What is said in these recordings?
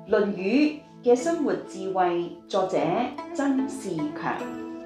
論語嘅生活智慧，作者曾仕強。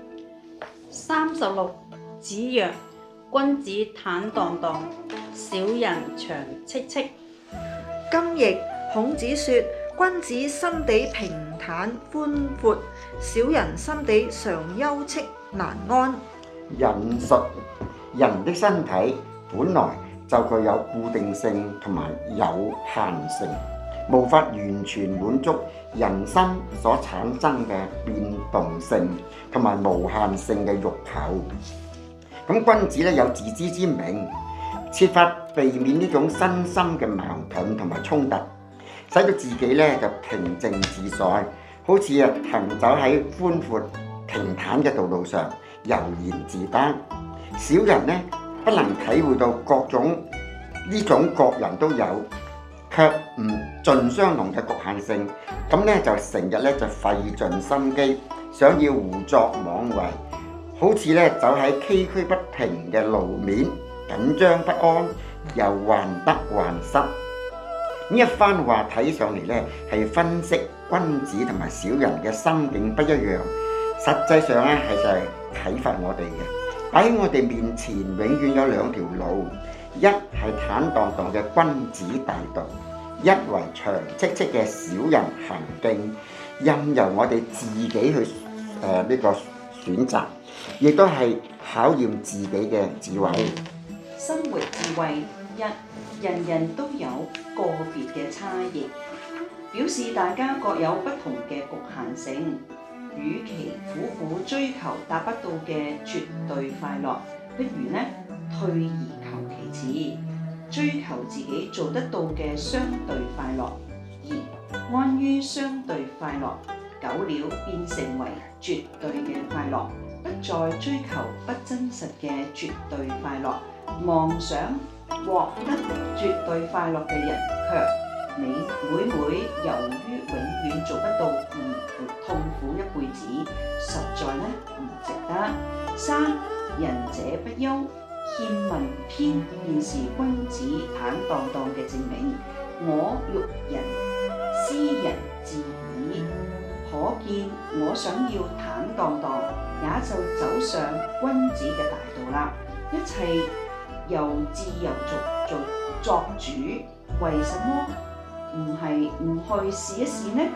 36子曰：君子坦蕩蕩，小人長戚戚。 今譯孔子說，君子心地平坦寬闊，小人心地常憂戚難安。 引述人的身體本來就具有固定性同埋有限性，無法完全滿足人心所產生嘅變動性同埋無限性嘅欲求。咁君子咧有自知之明，設法避免呢種身心嘅矛盾同埋衝突，使到自己咧就平靜自在，好似行走喺寬闊平坦嘅道路上，悠然自得。小人呢，不能體會到各種各人都有，卻唔盡相同嘅局限性，咁咧就成日咧就費盡心機，想要胡作妄為，好似咧走喺崎嶇不平嘅路面，緊張不安，又患得患失。呢一番話睇上嚟咧，係分析君子同埋小人嘅心境不一樣，實際上咧係就係啟發我哋嘅。喺我哋面前永遠有兩條路，一係坦蕩蕩嘅君子大道，一為長戚戚嘅小人行徑，任由我哋自己去呢個選擇，亦都係考驗自己嘅智慧。 生活智慧一，人人都有個別嘅差異，表示大家各有不同嘅局限性。與其苦苦追求達不到嘅絕對快樂，不如呢退而求其次，追求自己做得到嘅相對快樂。二，安於相對快樂，久了變成為絕對嘅快樂，不再追求不真實嘅絕對快樂。妄想獲得絕對快樂嘅人，卻每由於永遠做不到而痛苦一輩子，實在呢唔值得。三，仁者不憂，獻民篇便是君子坦蕩蕩嘅證明。我欲仁，斯人至矣。可見我想要坦蕩蕩，也就走上君子嘅大道啦。一切由自由作主，為什麼唔去試一試呢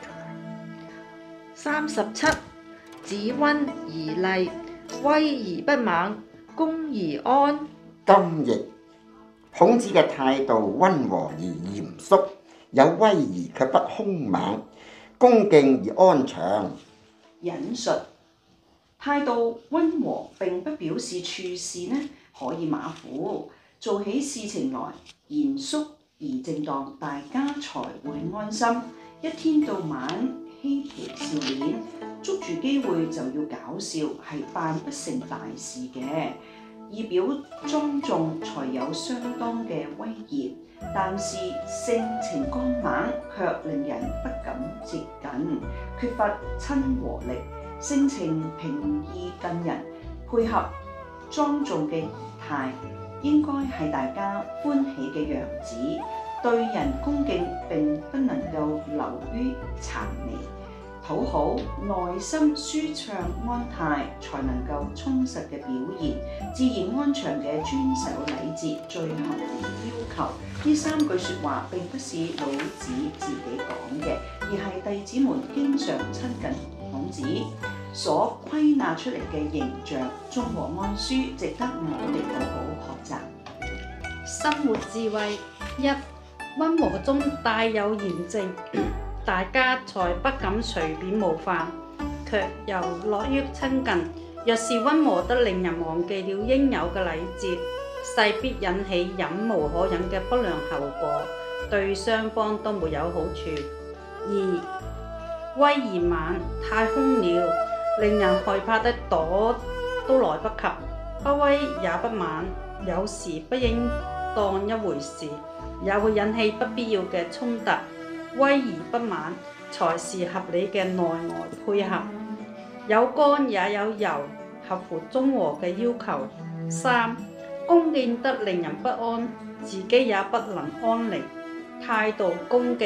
37子溫而厲，威而不猛，恭而安。 今譯孔子嘅態度溫和而嚴肅，有威儀卻不兇猛，恭敬而安詳。 引述態度溫和並不表示處事呢可以馬虎，做起事情來嚴肅而正當，大家才會安心。一天到晚嬉皮笑臉，捉住機會就要搞笑，係辦不成大事嘅。以表莊重才有相當嘅威嚴，但是性情剛猛卻令人不敢接近，缺乏親和力。性情平易近人，配合莊重嘅儀態，應該係大家歡喜嘅樣子。對人恭敬並不能夠流於谄媚，討好內心舒暢安泰，才能夠充實嘅表現。自然安詳嘅遵守禮節，最合乎要求。呢三句說話並不是老子自己講嘅，而係弟子們經常親近孔子所歸納出嚟嘅形象，中和安舒，值得我哋好好學習。 生活智慧一，溫和中帶有嚴正，大家才不敢隨便冒犯，卻又樂於親近。若是溫和得令人忘記了應有嘅禮節，勢必引起忍無可忍嘅不良後果，對雙方都沒有好處。二，威而猛，太兇了，令人害怕的躲都來不及。不威也不猛，有時不應當一回事，也會引起不必要嘅衝突。威而不猛，才是合理嘅內外配合，有剛也有柔，合乎中和嘅要求。三，恭敬得令人不安，自己也不能安寧。態度恭敬，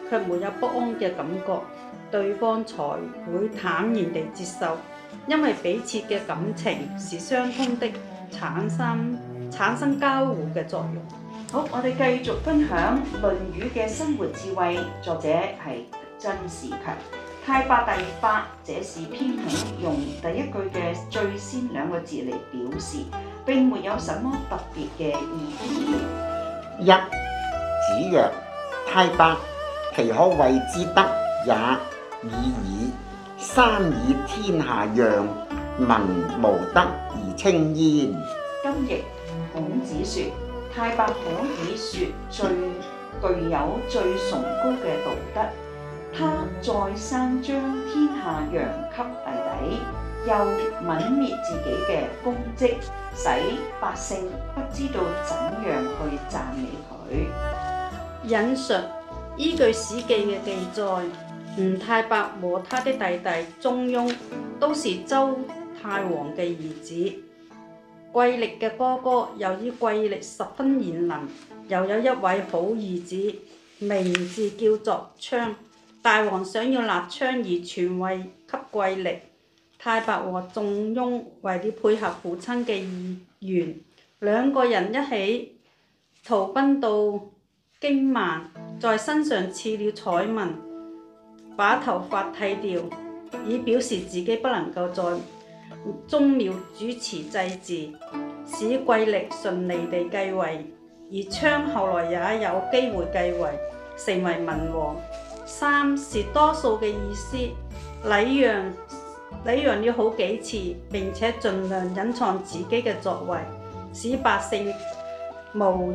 卻沒有不安嘅感覺，對方才會坦然地接受，因為彼此嘅感情是相通的，產生交互嘅作用。 好，我哋繼續分享《論語》嘅生活智慧，作者係曾仕強。太白第八，這是偏向用第一句嘅最先兩個字嚟表示，並沒有什麼特別嘅意義。 一，子曰：太白，其可謂之德也已矣。三以天下讓，民無德而稱焉。 今譯孔子說，太白可以說最具有最崇高嘅道德，他再三將天下讓給弟弟，又泯滅自己嘅功績，使百姓不知道怎樣去讚美佢。 引述依據《史記》嘅記載，吳太白和他的弟弟中庸都是周太王嘅兒子。季歷嘅哥哥，由於季歷十分賢能，又有一位好兒子，名字叫做昌。大王想要立昌兒傳位給季歷，太白和仲雍為了配合父親嘅意願，兩個人一起逃奔到荊蠻，在身上刺了彩紋，把頭髮剃掉，以表示自己不能夠在宗廟主持祭祀，使季歷順利地繼位，而昌後來也有機會繼位，成為文王。三是多數嘅意思，禮讓了好幾次，並且盡量隱藏自己嘅作為，使百姓無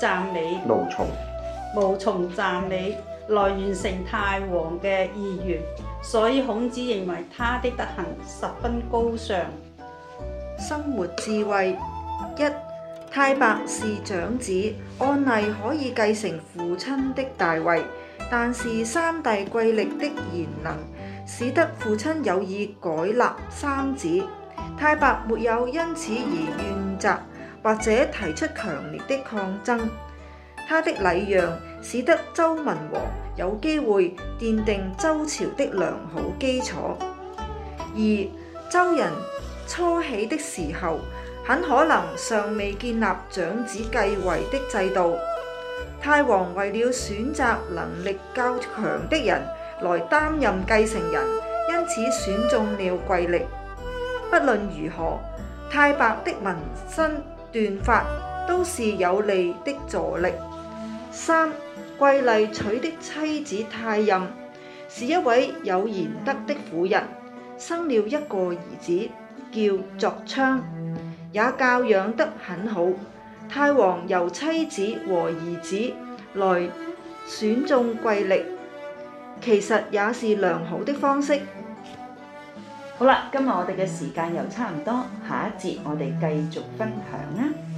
從讚美，來完成太王嘅意願。所以孔子認為他的德行十分高尚。 生活智慧一，太白是長子，按例可以繼承父親的大位，但是三弟季歷的賢能，使得父親有意改立三子。太白沒有因此而怨責，或者提出強烈的抗爭。他的禮讓使得周文王有機會奠定周朝的良好基礎。二，周人初起的時候，很可能尚未建立長子繼位的制度。太王為了選擇能力較強的人來擔任繼承人，因此選中了季歷。不論如何，太白的紋身斷髮都是有利的助力。三，季歷娶的妻子太任是一位有賢德的婦人，生了一個兒子叫作昌，也教養得很好。太王由妻子和兒子來選中季歷，其實也是良好的方式。 好啦，今日我哋嘅時間又差唔多，下一節我哋繼續分享啦。